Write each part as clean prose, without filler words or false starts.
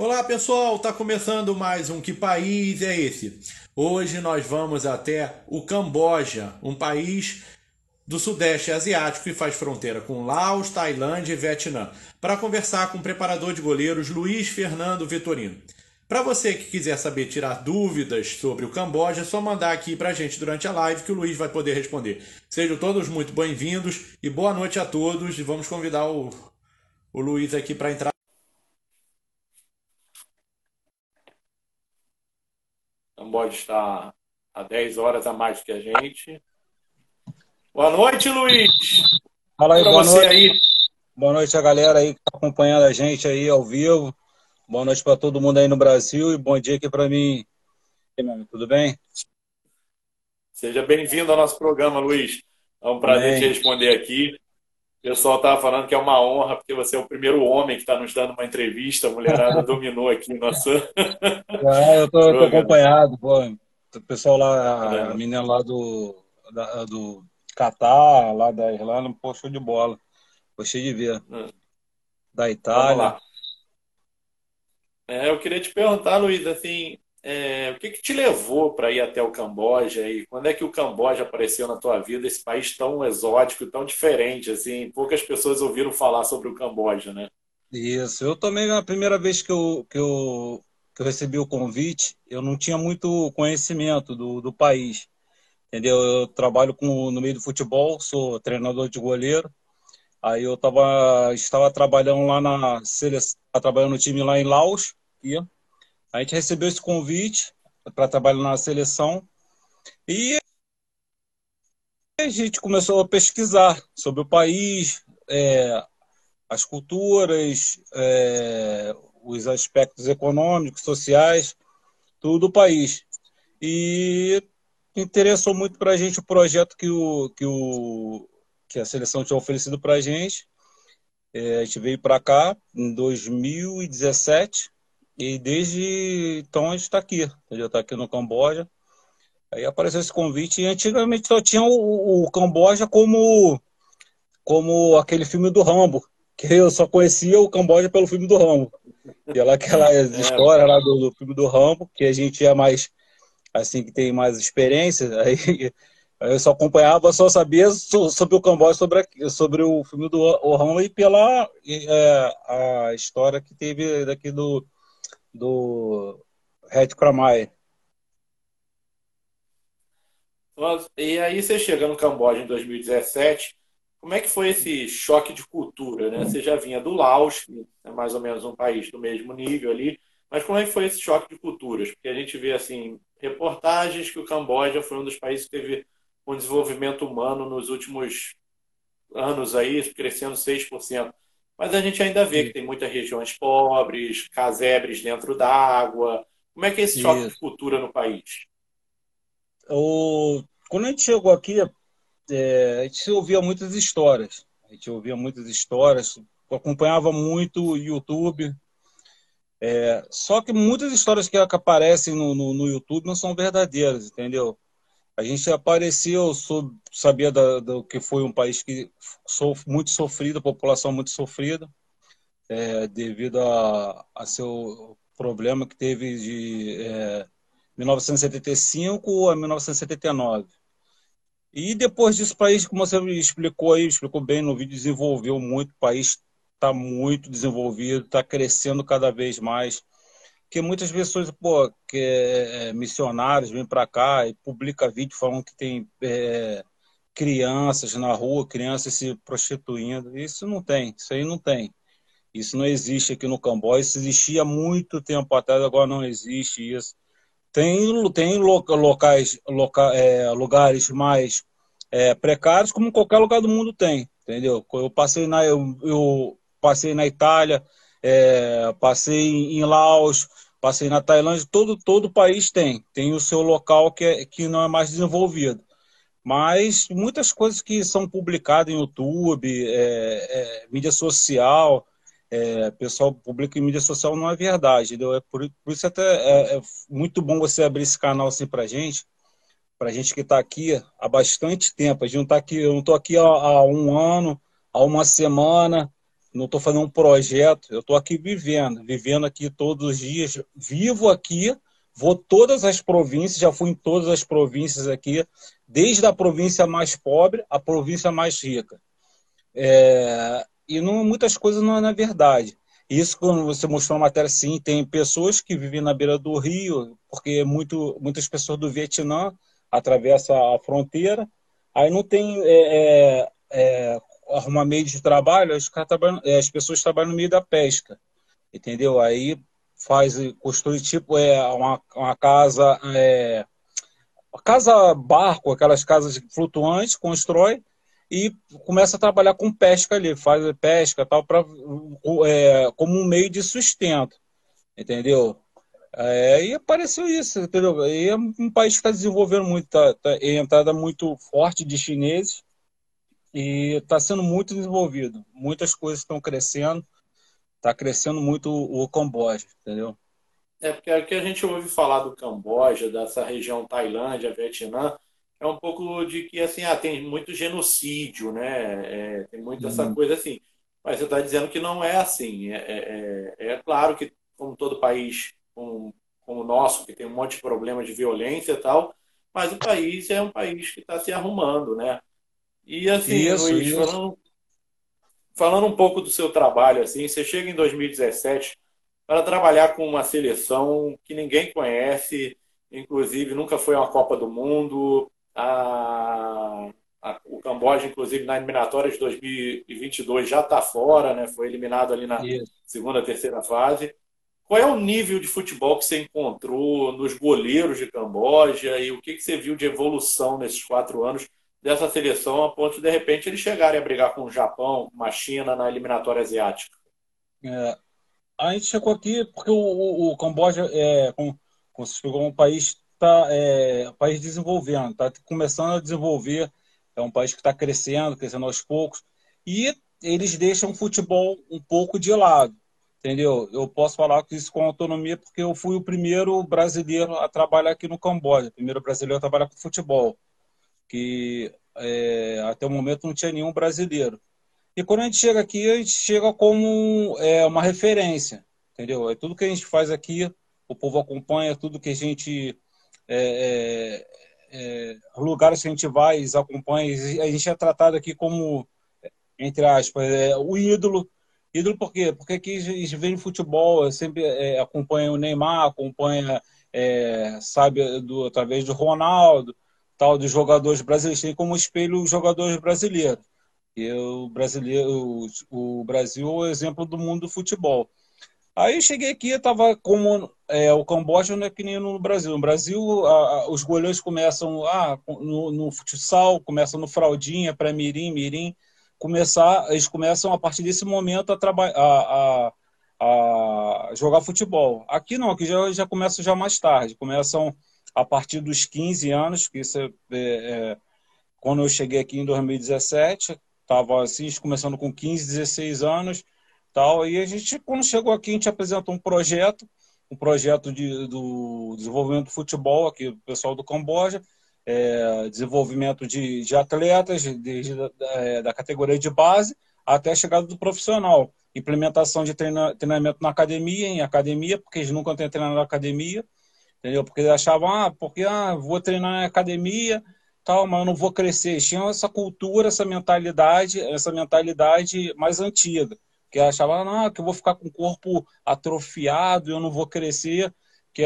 Olá pessoal, está começando mais um Que País é Esse? Hoje nós vamos até o Camboja, um país do Sudeste Asiático e faz fronteira com Laos, Tailândia e Vietnã, para conversar com o preparador de goleiros Luiz Fernando Vitorino. Para você que quiser saber tirar dúvidas sobre o Camboja, é só mandar aqui para a gente durante a live que o Luiz vai poder responder. Sejam todos muito bem-vindos e boa noite a todos. E vamos convidar o Luiz aqui para entrar. O Camboja está a 10 horas a mais do que a gente. Boa noite, Luiz. Fala aí, Para boa você noite. aí. Boa noite a galera aí que está acompanhando a gente aí ao vivo. Boa noite para todo mundo aí no Brasil e bom dia aqui para mim. E aí, meu amigo, tudo bem? Seja bem-vindo ao nosso programa, Luiz. É um prazer te Amém. responder aqui. O pessoal estava falando que é uma honra, porque você é o primeiro homem que está nos dando uma entrevista. A mulherada dominou aqui nosso Ah, eu tô programa. acompanhado, pô. O pessoal lá, a É, menina lá do Catar, lá da Irlanda, pô, show de bola. Gostei de ver. Da vamos Itália. lá. Eu queria te perguntar, Luiz, assim, o que que te levou para ir até o Camboja e quando é que o Camboja apareceu na tua vida, esse país tão exótico, tão diferente, assim, poucas pessoas ouviram falar sobre o Camboja, né? Isso, eu também, a primeira vez que eu recebi o convite, eu não tinha muito conhecimento do país. Entendeu? Eu trabalho no meio do futebol, sou treinador de goleiro. Aí estava trabalhando lá na seleção, trabalhando no time lá em Laos. E a gente recebeu esse convite para trabalhar na seleção e a gente começou a pesquisar sobre o país, as culturas, os aspectos econômicos, sociais, tudo do país. E interessou muito para a gente o projeto que a seleção tinha oferecido para a gente. A gente veio para cá em 2017 e desde então a gente está aqui. A gente está aqui no Camboja. Aí apareceu esse convite e antigamente só tinha o Camboja como aquele filme do Rambo, que eu só conhecia o Camboja pelo filme do Rambo. E lá aquela É, história lá do filme do Rambo, que a gente é mais assim que tem mais experiência, aí eu só acompanhava, só sabia sobre o Camboja, sobre o filme do Orhão e pela a história que teve daqui do Red Kramai. e aí você chega no Camboja em 2017, como é que foi esse choque de cultura, né? Você já vinha do Laos, que é mais ou menos um país do mesmo nível ali, mas como é que foi esse choque de culturas? Porque a gente vê, assim, reportagens que o Camboja foi um dos países que teve um desenvolvimento humano nos últimos anos aí, crescendo 6%. Mas a gente ainda vê que tem muitas regiões pobres, casebres dentro d'água. Como é que é esse choque de Isso. cultura no país? Quando a gente chegou aqui, a gente ouvia muitas histórias. A gente ouvia muitas histórias, acompanhava muito o YouTube. Só que muitas histórias que aparecem no YouTube não são verdadeiras, entendeu? A gente apareceu, sabia do que foi um país que muito sofrido, população muito sofrida, devido a seu problema que teve de 1975 a 1979. E depois disso, o país, como você explicou aí, explicou bem no vídeo, desenvolveu muito, o país está muito desenvolvido, está crescendo cada vez mais. Porque muitas pessoas, pô, missionários vêm para cá e publica vídeo falando que tem crianças na rua, crianças se prostituindo. Isso não tem, isso aí não tem. Isso não existe aqui no Camboja. Isso existia há muito tempo atrás, agora não existe isso. Tem lugares mais precários, como em qualquer lugar do mundo tem, entendeu? Eu passei na Itália, passei em Laos, passei na Tailândia, todo país tem o seu local que não é mais desenvolvido. Mas muitas coisas que são publicadas em YouTube, mídia social, pessoal publica em mídia social não é verdade, entendeu? Por isso até é muito bom você abrir esse canal assim pra gente que está aqui há bastante tempo. A gente não tá aqui, eu não estou aqui há um ano, há uma semana. não estou fazendo um projeto, eu estou aqui vivendo aqui todos os dias, vivo aqui, vou todas as províncias, já fui em todas as províncias aqui, desde a província mais pobre à província mais rica. E não, muitas coisas não é na verdade. Isso, quando você mostrou na matéria, sim, tem pessoas que vivem na beira do rio, porque muitas pessoas do Vietnã atravessam a fronteira, aí não tem arrumar meio de trabalho, as pessoas trabalham no meio da pesca, entendeu? Aí constrói tipo uma casa, uma casa barco, aquelas casas flutuantes, constrói e começa a trabalhar com pesca ali, faz pesca tal, como um meio de sustento, entendeu? E apareceu isso, entendeu? E é um país que está desenvolvendo muito, é entrada muito forte de chineses e está sendo muito desenvolvido. Muitas coisas estão crescendo, está crescendo muito o Camboja, entendeu? Porque o que a gente ouve falar do Camboja, dessa região Tailândia, Vietnã, é um pouco de que assim, tem muito genocídio, né? Tem muito essa Uhum. coisa assim. Mas você está dizendo que não é assim. É claro que, como todo país como o nosso, que tem um monte de problema de violência e tal, mas o país é um país que está se arrumando, né? E assim, Isso, Luiz, isso. falando um pouco do seu trabalho, assim, você chega em 2017 para trabalhar com uma seleção que ninguém conhece, inclusive nunca foi a uma Copa do Mundo. O Camboja, inclusive, na eliminatória de 2022 já está fora, né? Foi eliminado ali na Isso. segunda, terceira fase. Qual é o nível de futebol que você encontrou nos goleiros de Camboja e o que você viu de evolução nesses 4 anos dessa seleção a ponto de repente, eles chegarem a brigar com o Japão, com a China na eliminatória asiática? É, a gente chegou aqui porque o Camboja, como você chegou, é um país um país desenvolvendo, está começando a desenvolver, é um país que está crescendo aos poucos, e eles deixam o futebol um pouco de lado, entendeu? Eu posso falar isso com autonomia porque eu fui o primeiro brasileiro a trabalhar aqui no Camboja, o primeiro brasileiro a trabalhar com futebol, que até o momento não tinha nenhum brasileiro. E quando a gente chega aqui, a gente chega como uma referência, entendeu? É tudo que a gente faz aqui, o povo acompanha, tudo que a gente. Lugares que a gente vai, eles acompanham, a gente é tratado aqui como, entre aspas, o ídolo. Ídolo por quê? Porque aqui eles veem futebol, sempre acompanham o Neymar, acompanha, sabe, através do Ronaldo, tal, dos jogadores brasileiros, tem como espelho os jogadores brasileiros. E o Brasil é o exemplo do mundo do futebol. Aí eu cheguei aqui, estava como o Camboja não é que nem no Brasil. No Brasil, os goleiros começam no futsal, começam no fraldinha, pré-mirim, mirim. Eles começam a partir desse momento a jogar futebol. Aqui não, aqui já começam já mais tarde. Começam a partir dos 15 anos, que isso quando eu cheguei aqui em 2017, estava assim, começando com 15, 16 anos, tal, e a gente, quando chegou aqui, a gente apresentou um projeto do desenvolvimento do futebol aqui, do pessoal do Camboja, desenvolvimento de atletas, desde da categoria de base até a chegada do profissional, implementação de treinamento na academia, em academia, porque eles nunca têm treinado na academia, entendeu? Porque eles achavam, porque vou treinar na academia, tal, mas eu não vou crescer. Eles tinham essa cultura, essa mentalidade mais antiga, que achavam, não, que eu vou ficar com o corpo atrofiado, eu não vou crescer, que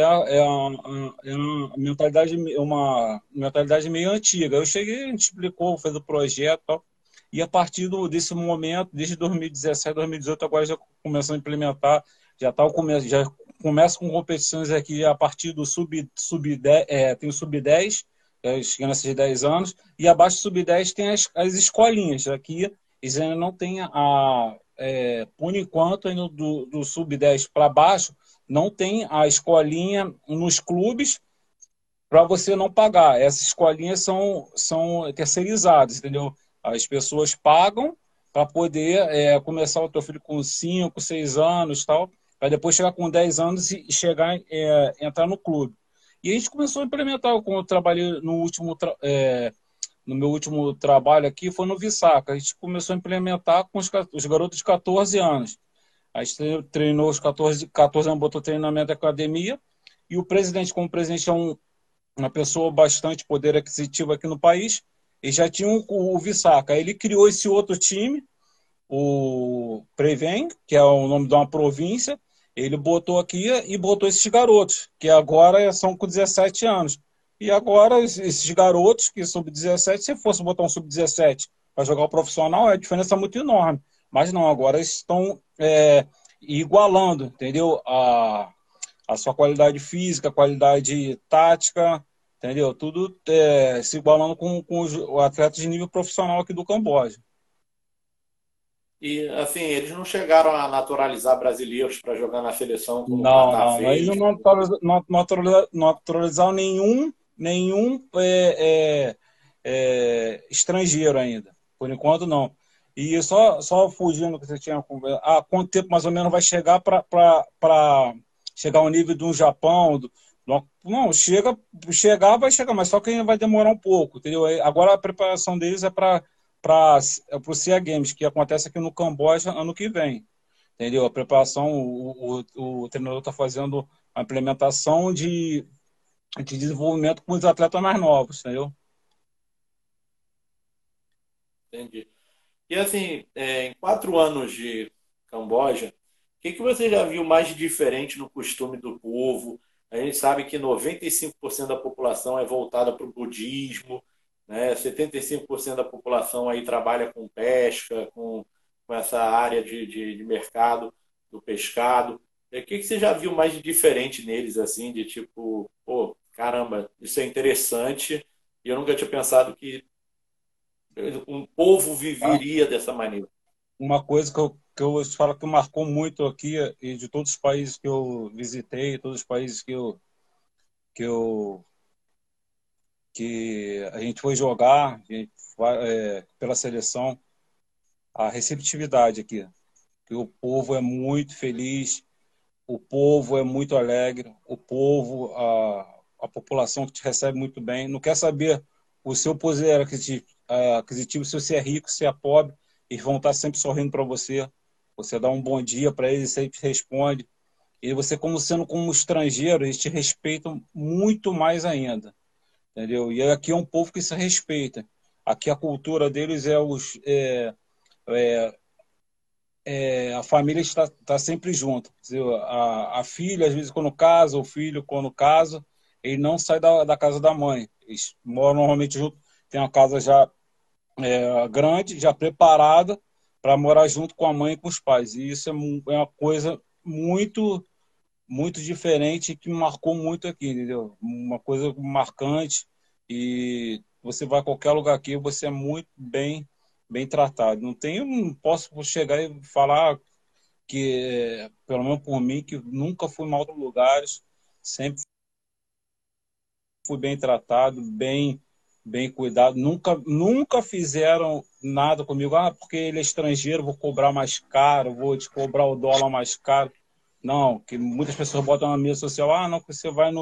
uma mentalidade meio antiga. Eu cheguei, a gente explicou, fez o projeto, tal, e a partir desse momento, desde 2017, 2018, agora já começou a implementar, já começa com competições aqui a partir do sub-10, tem o sub-10, chegando a esses 10 anos, e abaixo do sub-10 tem as escolinhas. Aqui eles ainda não têm por enquanto, ainda do sub-10 para baixo, não tem a escolinha nos clubes para você não pagar. Essas escolinhas são terceirizadas, entendeu? As pessoas pagam para poder começar o teu filho com 5, 6 anos, tal, para depois chegar com 10 anos e chegar entrar no clube. E a gente começou a implementar, como eu trabalhei no último no meu último trabalho aqui foi no Vissaca. A gente começou a implementar com os garotos de 14 anos. A gente treinou os 14 anos, botou treinamento da academia, e o presidente, como o presidente é uma pessoa bastante poder aquisitivo aqui no país, e já tinha o Vissaca. Aí ele criou esse outro time, o Preveng, que é o nome de uma província, ele botou aqui e botou esses garotos, que agora são com 17 anos. E agora esses garotos que sub-17, se fosse botar um sub-17 para jogar o profissional, a diferença é muito enorme. Mas não, agora estão igualando, entendeu? A sua qualidade física, qualidade tática, entendeu? Tudo se igualando com os atletas de nível profissional aqui do Camboja. E, assim, eles não chegaram a naturalizar brasileiros para jogar na seleção como o Não, Catar não. Eles fez. não naturalizaram nenhum estrangeiro ainda. Por enquanto, não. E só fugindo do que você tinha conversado, quanto tempo mais ou menos vai chegar para chegar ao nível de um Japão? Não, chegar, vai chegar, mas só que ainda vai demorar um pouco, entendeu? Agora a preparação deles é para o SEA Games, que acontece aqui no Camboja ano que vem. Entendeu? A preparação, o treinador está fazendo a implementação de desenvolvimento com os atletas mais novos, entendeu? Entendi. E, assim, em 4 anos de Camboja, o que você já viu mais de diferente no costume do povo? A gente sabe que 95% da população é voltada para o budismo, né? 75% da população aí trabalha com pesca, com essa área de mercado do pescado. E o que você já viu mais de diferente neles, assim, de tipo, pô, caramba, isso é interessante e eu nunca tinha pensado que um povo Tá? viveria dessa maneira. Uma coisa que eu falo que marcou muito aqui, e de todos os países que eu visitei, todos os países que, eu, que a gente foi jogar, a gente pela seleção, a receptividade aqui. Que o povo é muito feliz, o povo é muito alegre, o povo, a população que te recebe muito bem, não quer saber o seu poder aquisitivo, se você é rico, se é pobre, eles vão estar sempre sorrindo para você. Você dá um bom dia para eles, sempre responde. E você, como estrangeiro, eles te respeitam muito mais ainda, entendeu? E aqui é um povo que se respeita. Aqui a cultura deles a família está sempre junto. Quer dizer, a filha, às vezes, quando casa, o filho, quando casa, ele não sai da casa da mãe. Eles moram normalmente junto, tem uma casa já grande, já preparada para morar junto com a mãe e com os pais. E isso é uma coisa muito, muito diferente que me marcou muito aqui, entendeu? Uma coisa marcante. E você vai a qualquer lugar aqui, você é muito bem tratado. Não posso chegar e falar que, pelo menos por mim, que nunca fui mal dos lugares, sempre fui bem tratado, bem cuidado, nunca fizeram nada comigo, porque ele é estrangeiro, vou cobrar mais caro, vou te cobrar o dólar mais caro. Não, que muitas pessoas botam na mídia social, não, que você vai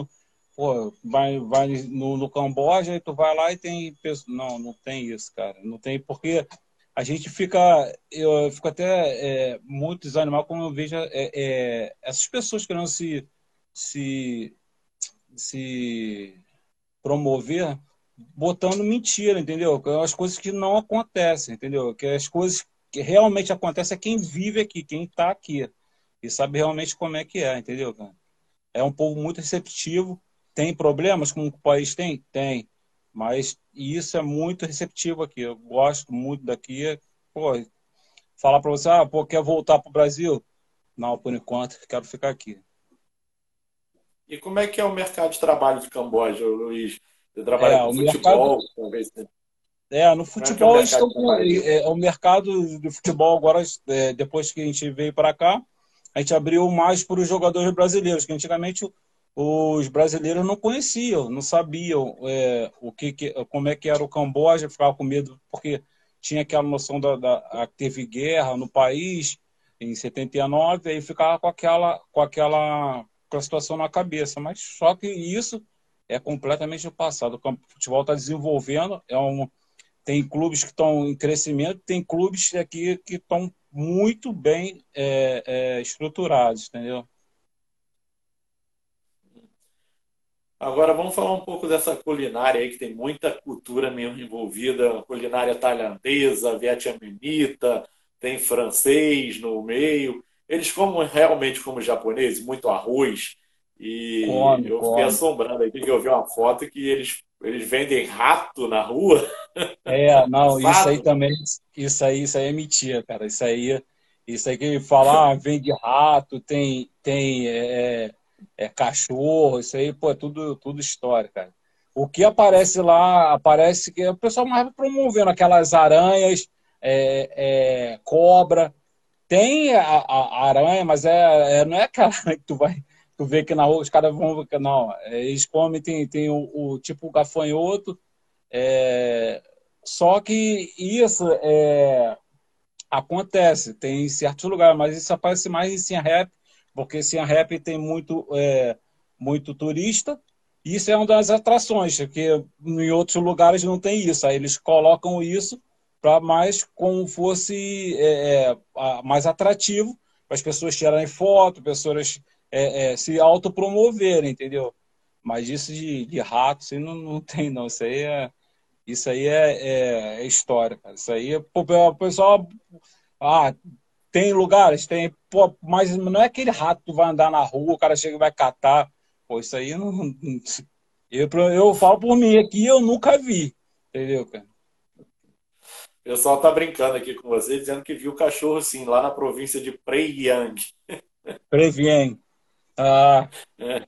no Camboja e tu vai lá e tem não tem isso, cara, não tem, porque a gente eu fico até muito desanimado quando eu vejo essas pessoas querendo se, se promover botando mentira, entendeu? As coisas que não acontecem, entendeu? Que as coisas que realmente acontecem é quem vive aqui, quem está aqui e sabe realmente como é que é, entendeu, cara? É um povo muito receptivo. Tem problemas como o país tem? Tem. Mas isso é muito receptivo aqui. Eu gosto muito daqui. Pô, falar para você, pô, quer voltar para o Brasil? Não, por enquanto, quero ficar aqui. E como é que é o mercado de trabalho de Camboja, Luiz? Você trabalha com O mercado, futebol, talvez. no Como é que é o futebol, eles mercado estão de com. trabalho dele? O mercado de futebol agora, depois que a gente veio para cá, a gente abriu mais para os jogadores brasileiros, que antigamente os brasileiros não conheciam, não sabiam como é que era o Camboja, ficava com medo, porque tinha aquela noção que teve guerra no país em 79, aí ficava com a situação na cabeça. Mas só que isso é completamente o passado. O futebol está desenvolvendo, tem clubes que estão em crescimento, tem clubes aqui que estão muito bem estruturados, entendeu? Agora vamos falar um pouco dessa culinária aí, que tem muita cultura mesmo envolvida, culinária tailandesa, vietnamita, tem francês no meio. Eles comem realmente como japoneses, muito arroz. E Come, eu fiquei come. assombrado aí, que eu vi uma foto que eles vendem rato na rua, Não, isso aí assado. também, isso aí é mentira, cara. Isso aí que ele fala, vem de rato, tem cachorro, isso aí, pô, é tudo história, cara. O que aparece lá, aparece que é o pessoal mais promovendo aquelas aranhas, cobra. Tem a aranha, mas não é aquela que tu vê que na rua os caras vão, não, eles comem, tem o tipo gafanhoto, é, só que isso acontece, tem em certos lugares, mas isso aparece mais em Siem Reap, porque Siem Reap tem muito turista, e isso é uma das atrações, porque em outros lugares não tem isso, aí eles colocam isso para mais como fosse mais atrativo, para as pessoas tirarem foto, pessoas se autopromoverem, entendeu? Mas isso de rato, assim, não tem, não. Isso aí é história, cara. Isso aí, pô, o pessoal. Ah, tem lugares, tem. Pô, mas não é aquele rato que tu vai andar na rua, o cara chega e vai catar. Pô, isso aí não. Eu falo por mim aqui, eu nunca vi. Entendeu, cara? O pessoal tá brincando aqui com você, dizendo que viu cachorro sim, lá na província de Prey Yang. Previen. Ah, É,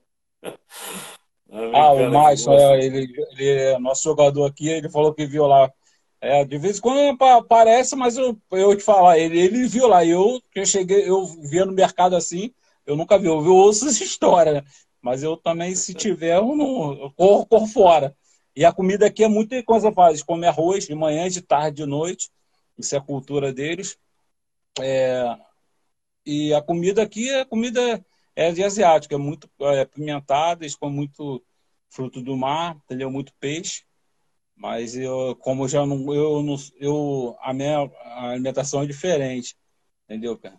tá o brincando aqui com Márcio, você. ele é nosso jogador aqui, ele falou que viu lá. De vez em quando aparece, mas eu te falar, ele viu lá. Que eu cheguei, eu via no mercado assim, eu nunca vi, eu ouço essa história, né? Mas eu também, se tiver, eu corro fora. E a comida aqui é muito coisa fácil. Eles comem arroz de manhã, de tarde, de noite. Isso é a cultura deles. E a comida aqui é comida de asiática, é muito apimentada, eles comem muito fruto do mar, entendeu? Muito peixe. Mas como já não, a minha alimentação é diferente, entendeu, cara?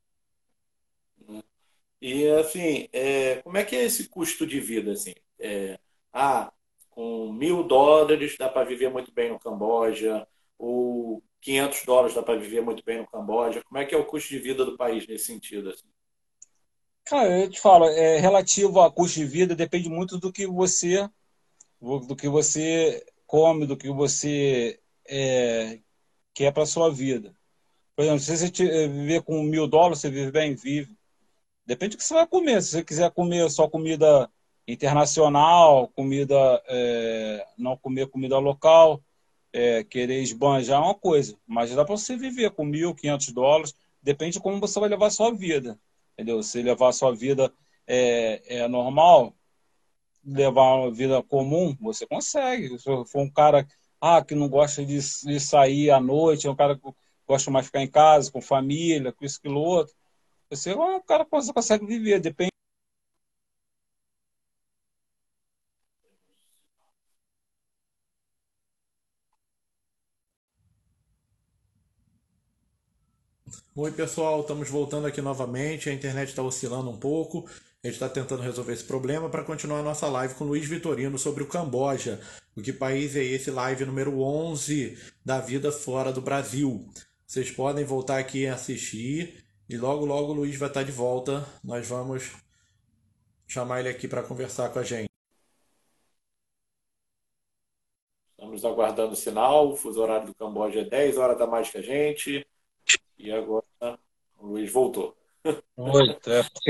E assim, como é que é esse custo de vida assim? Ah, com US$ 1.000 dá para viver muito bem no Camboja, ou US$ 500 dá para viver muito bem no Camboja. Como é que é o custo de vida do país nesse sentido assim? Cara, eu te falo, relativo a custo de vida, depende muito do que você come, do que você quer para sua vida. Por exemplo, se você viver com US$ 1.000, você vive bem? Vive. Depende do que você vai comer. Se você quiser comer só comida internacional, não comer comida local, querer esbanjar é uma coisa, mas dá para você viver com US$ 1.500, depende de como você vai levar a sua vida, entendeu? Se levar a sua vida normal, levar uma vida comum, você consegue. Se for um cara que não gosta de sair à noite, é um cara que gosta mais de ficar em casa, com família, com isso, aquilo outro, você é um cara que você consegue viver, depende. Oi, pessoal, estamos voltando aqui novamente. A internet está oscilando um pouco. A gente está tentando resolver esse problema para continuar a nossa live com o Luiz Vitorino sobre o Camboja. O que país é esse? Live número 11 da vida fora do Brasil. Vocês podem voltar aqui e assistir. E logo, logo o Luiz vai estar de volta. Nós vamos chamar ele aqui para conversar com a gente. Estamos aguardando o sinal. O fuso horário do Camboja é 10 horas a mais que a gente. E agora o Luiz voltou. Oito, porque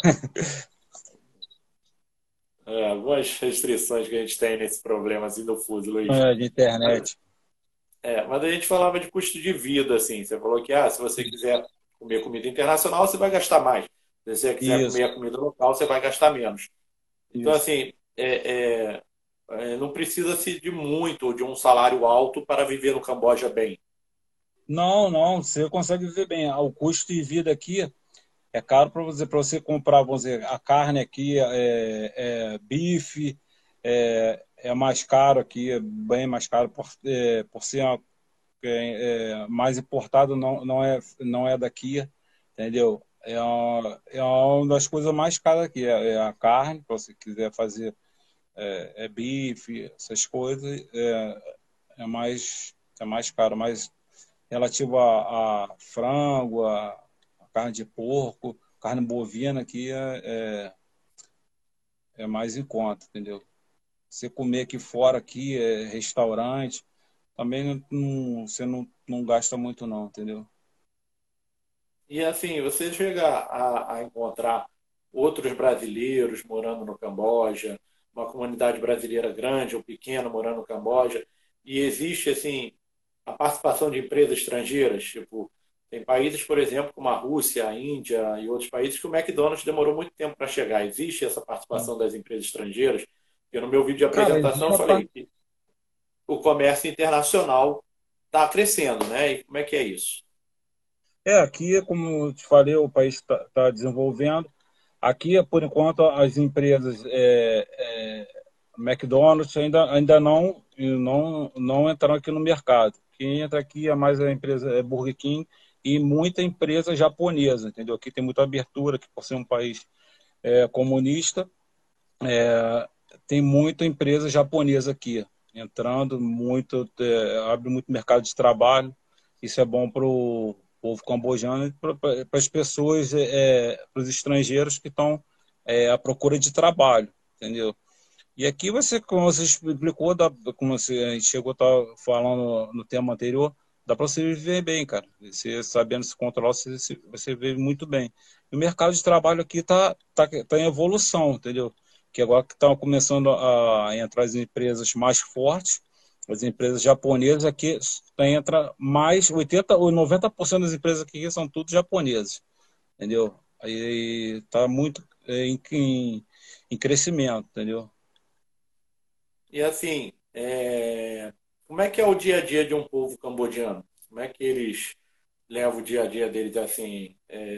Algumas restrições que a gente tem nesse problema assim do fuso, Luiz. de Mas, internet. mas a gente falava de custo de vida, assim. Você falou que se você quiser comer comida internacional, você vai gastar mais. Se você quiser Isso, comer a comida local, você vai gastar menos. Então, isso. assim, não precisa-se de muito ou de um salário alto para viver no Camboja bem. Não, não, você consegue viver bem. O custo de vida aqui é caro para você comprar, vamos dizer, a carne aqui, bife, é mais caro aqui, é bem mais caro por ser mais importado, não é daqui, entendeu? É uma das coisas mais caras aqui, é a carne, se você quiser fazer bife, essas coisas, é mais caro, mas relativo a frango, a carne de porco, carne bovina aqui é mais em conta, entendeu? Você comer aqui fora, aqui, restaurante, também você não gasta muito não, entendeu? E assim, você chega a encontrar outros brasileiros morando no Camboja, uma comunidade brasileira grande ou pequena morando no Camboja, e existe assim a participação de empresas estrangeiras, tipo, tem países, por exemplo, como a Rússia, a Índia e outros países que o McDonald's demorou muito tempo para chegar. Existe essa participação das empresas estrangeiras? Eu no meu vídeo de Cara, apresentação falei que o comércio internacional está crescendo, né? E como é que é isso? aqui, como eu te falei, o país está desenvolvendo. Aqui, por enquanto, as empresas McDonald's ainda não entraram aqui no mercado. Quem entra aqui é mais a empresa Burger King e muita empresa japonesa, entendeu? Aqui tem muita abertura, que por ser um país comunista, tem muita empresa japonesa aqui entrando, abre muito mercado de trabalho. Isso é bom para o povo cambojano e para as pessoas, para os estrangeiros que estão à procura de trabalho, entendeu? E aqui como você explicou, como a gente chegou a estar falando no tema anterior, dá para você viver bem, cara. Você sabendo se controlar, você vive muito bem. E o mercado de trabalho aqui tá em evolução, entendeu? Que agora que estão começando a entrar as empresas mais fortes, as empresas japonesas aqui, entra mais 80 ou 90% das empresas aqui são tudo japonesas, entendeu? Aí está muito em crescimento, entendeu? E assim, como é que é o dia a dia de um povo cambodiano? Como é que eles levam o dia a dia deles assim,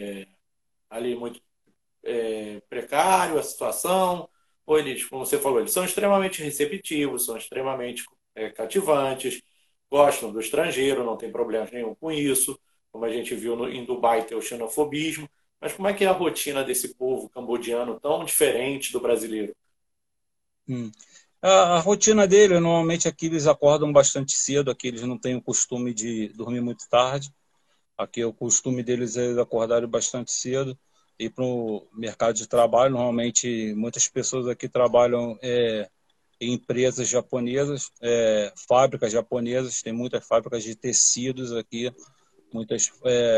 ali muito precário a situação? Ou eles, como você falou, eles são extremamente receptivos, são extremamente cativantes, gostam do estrangeiro, não tem problema nenhum com isso, como a gente viu em Dubai ter o xenofobismo. Mas como é que é a rotina desse povo cambodiano tão diferente do brasileiro? Hum. A rotina dele, normalmente aqui eles acordam bastante cedo, aqui eles não têm o costume de dormir muito tarde. Aqui o costume deles é acordarem bastante cedo e ir para o mercado de trabalho. Normalmente muitas pessoas aqui trabalham em empresas japonesas, fábricas japonesas, tem muitas fábricas de tecidos aqui, muitas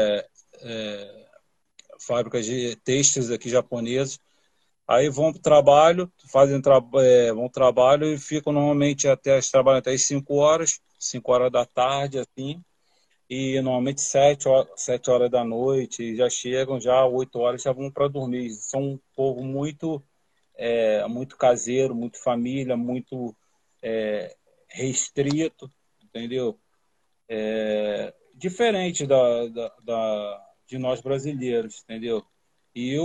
fábricas de têxteis aqui japonesas. Aí vão para o trabalho, vão para o trabalho e ficam normalmente trabalham até as 5 horas, 5 horas da tarde, assim, e normalmente 7 horas da noite, já chegam, já 8 horas já vão para dormir. São um povo muito caseiro, muito família, muito restrito, entendeu? Diferente de nós brasileiros, entendeu? E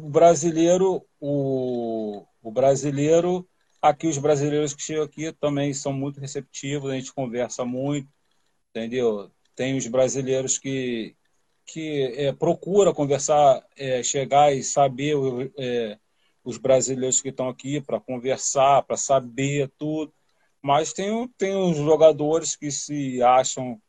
o brasileiro, aqui os brasileiros que chegam aqui também são muito receptivos, a gente conversa muito, entendeu? Tem os brasileiros que procura conversar, chegar e saber os brasileiros que estão aqui para conversar, para saber tudo. Mas tem os jogadores que se acham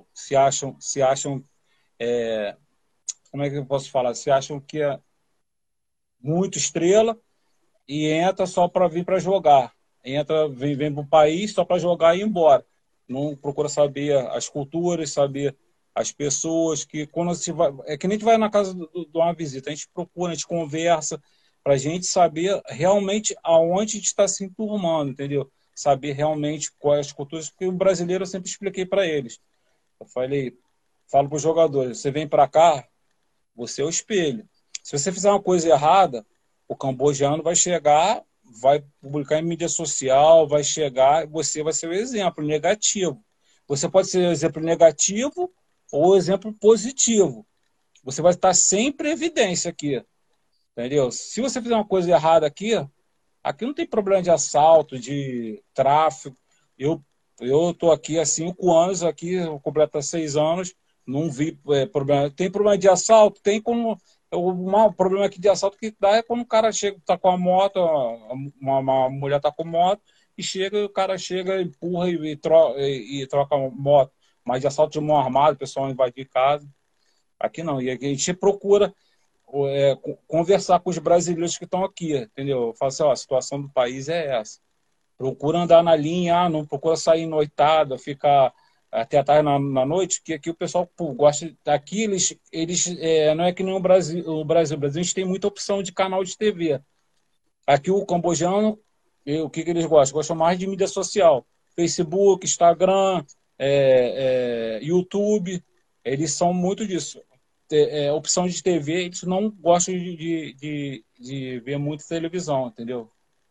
como é que eu posso falar? Se acham que é muito estrela e entra só para vir para jogar. Vem para o país só para jogar e ir embora. Não procura saber as culturas, saber as pessoas, que quando se vai. É que nem a gente vai na casa de uma visita, a gente procura, a gente conversa, para a gente saber realmente aonde a gente está se enturmando, entendeu? Saber realmente quais as culturas, porque o brasileiro eu sempre expliquei para eles. Falo para os jogadores: você vem para cá, você é o espelho. Se você fizer uma coisa errada, o cambojano vai chegar, vai publicar em mídia social, vai chegar, você vai ser o exemplo negativo. Você pode ser o exemplo negativo ou o exemplo positivo. Você vai estar sempre em evidência aqui, entendeu? Se você fizer uma coisa errada aqui, Aqui não tem problema de assalto, de tráfico. Eu eu tô aqui há 5 anos, aqui completa 6 anos, não vi problema. Tem problema de assalto? Tem como. O problema aqui de assalto que dá é quando o cara chega, tá com a moto, uma mulher tá com moto, e chega, o cara chega, empurra e troca a moto. Mas de assalto de mão armada, o pessoal invadir casa. Aqui não. E aqui a gente procura conversar com os brasileiros que estão aqui, entendeu? Fala assim, ó, a situação do país é essa. Procura andar na linha, não procura sair noitada, ficar até a tarde na noite, que aqui o pessoal pô, gosta. Aqui não é que nem o Brasil a gente tem muita opção de canal de TV. Aqui o cambojano, o que eles gostam? Gostam mais de mídia social. Facebook, Instagram, YouTube, eles são muito disso. Opção de TV, eles não gostam de ver muito televisão, entendeu?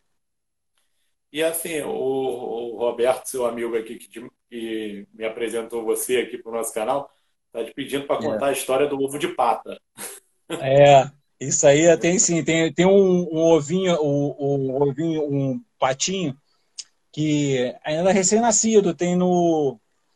E assim, o Roberto, seu amigo aqui que me apresentou você aqui para o nosso canal, tá te pedindo para contar a história do ovo de pata. Isso aí tem sim, tem um ovinho, um ovinho, um patinho que ainda é recém-nascido, tem no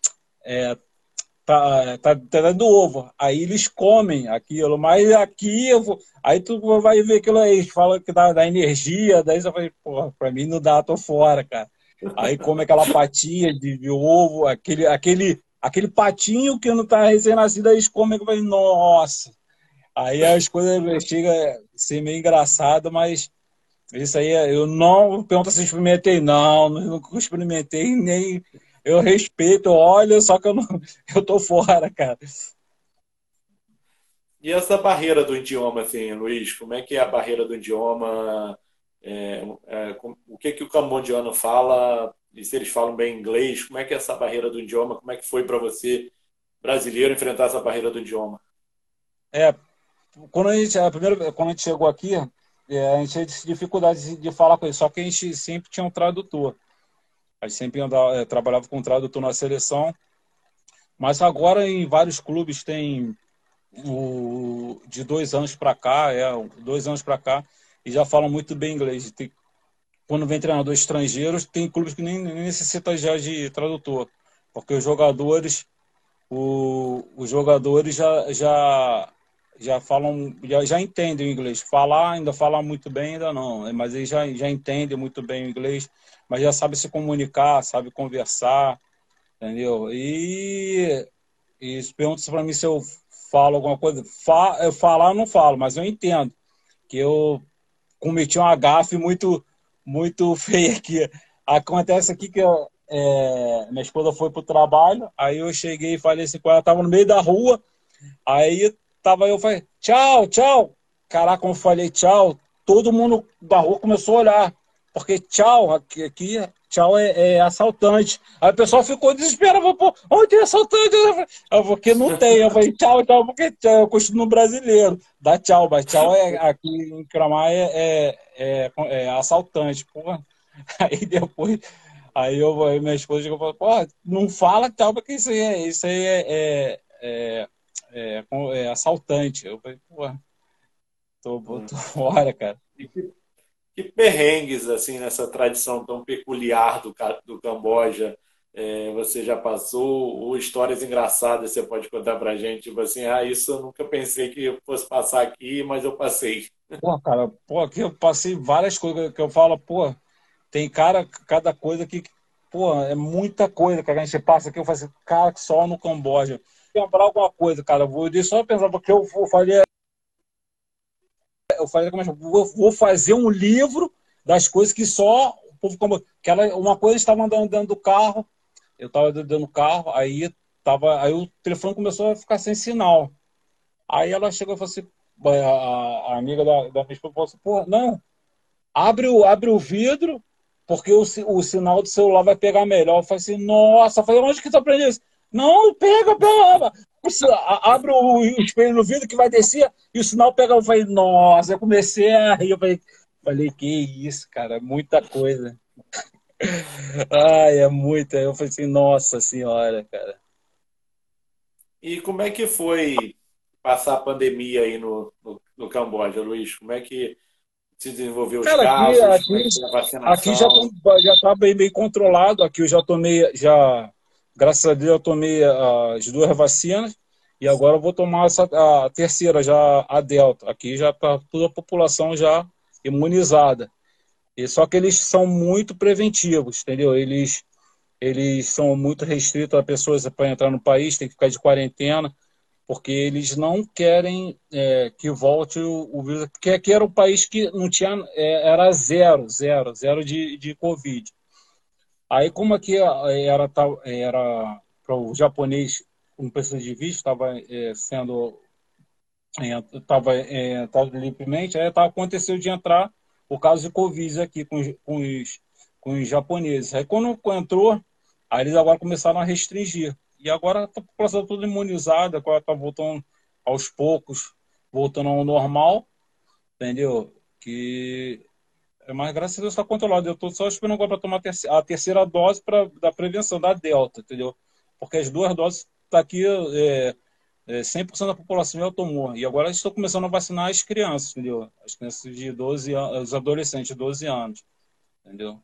tá dando ovo. Aí eles comem aquilo, mas aqui aí tu vai ver aquilo aí, eles falam que dá energia, daí você fala, porra, pra mim não dá, tô fora, cara. Aí come aquela patinha de ovo, aquele patinho que não tá recém-nascido, aí eles comem e falam, nossa. Aí as coisas chegam a ser meio engraçado, mas isso aí eu não pergunto se experimentei, não, nunca experimentei, nem eu respeito, olha, só que eu não, eu tô fora, cara. E essa barreira do idioma, assim, Luiz, como é que é a barreira do idioma? O que que o cambodiano fala? E se eles falam bem inglês, como é que é essa barreira do idioma? Como é que foi para você, brasileiro, enfrentar essa barreira do idioma? É, quando a gente chegou aqui, a gente tinha dificuldade de falar com ele, só que a gente sempre tinha um tradutor. A gente sempre trabalhava com um tradutor na seleção, mas agora em vários clubes tem de 2 anos para cá, 2 anos para cá, e já falam muito bem inglês. Quando vem treinadores estrangeiros, tem clubes que nem necessita já de tradutor, porque os jogadores já falam, já entendem o inglês. Falar, ainda falar muito bem, ainda não, mas eles já entendem muito bem o inglês, mas já sabe se comunicar, sabe conversar, entendeu? E pergunta para mim se eu falo alguma coisa. Eu falar, eu não falo, mas eu entendo que eu cometi uma gafe muito, muito feia aqui. Acontece aqui que minha esposa foi pro trabalho, aí eu cheguei e falei assim com ela, tava no meio da rua, aí eu falei, tchau, tchau. Caraca, como eu falei tchau, todo mundo da rua começou a olhar, porque tchau, aqui tchau é assaltante. Aí o pessoal ficou desesperado, falou, pô, onde tem assaltante? Porque não tem. Eu falei, tchau, tchau, porque tchau, eu costumo brasileiro. Dá tchau, mas tchau aqui em Cramar é assaltante, porra. Aí depois, aí minha esposa chegou e falou, pô, não fala tchau, porque isso aí é assaltante. Eu falei, pô, tô fora, cara. E que perrengues, assim, nessa tradição tão peculiar do Camboja, você já passou? Ou histórias engraçadas você pode contar pra gente? Tipo assim, isso eu nunca pensei que eu fosse passar aqui, mas eu passei. Pô, cara, pô, aqui eu passei várias coisas que eu falo, pô, tem cada coisa que, pô, é muita coisa que a gente passa aqui. Eu falei assim, cara, que só no Camboja. Lembrar alguma coisa, cara, deixa eu só pensar, porque eu falei, como é que vou fazer um livro das coisas que só o povo cambojano. Uma coisa estava andando dentro do carro, eu estava dentro do carro, aí o telefone começou a ficar sem sinal. Aí ela chegou e falou assim, a amiga da minha esposa falou assim, pô, não, abre o vidro, porque o sinal do celular vai pegar melhor. Eu falei assim, nossa, eu falei, onde que tu aprendeu isso? Não, pega. Abre o espelho no vidro que vai descer e o sinal pega. Eu falei, nossa, eu comecei a rir. Eu falei, que isso, cara, muita coisa. Ai, é muita. Eu falei assim, nossa senhora, cara. E como é que foi passar a pandemia aí no Camboja, Luiz? Como é que Se desenvolveu os Cara, aqui, casos, como aqui, é que foi a aqui já, vacinação? já tá bem controlado. Aqui eu já tomei, já, graças a Deus, eu tomei as duas vacinas e agora eu vou tomar a terceira, já a Delta. Aqui já tá toda a população já imunizada. E só que eles são muito preventivos, entendeu? Eles são muito restritos a pessoas para entrar no país, tem que ficar de quarentena, porque eles não querem que volte o vírus, porque aqui era um país que não tinha, era zero de Covid. Aí, como aqui era para o japonês, um precisa de visto, estava sendo, estava livremente, aí aconteceu de entrar o caso de Covid aqui com os japoneses. Aí, quando entrou, aí eles agora começaram a restringir. E agora a população toda imunizada, agora está voltando aos poucos, voltando ao normal, entendeu? Mas graças a Deus está controlado. Eu estou só esperando agora para tomar a terceira dose da prevenção da Delta, entendeu? Porque as duas doses tá aqui, 100% da população já tomou. E agora estou começando a vacinar as crianças, entendeu? As crianças de 12 anos, os adolescentes de 12 anos, entendeu?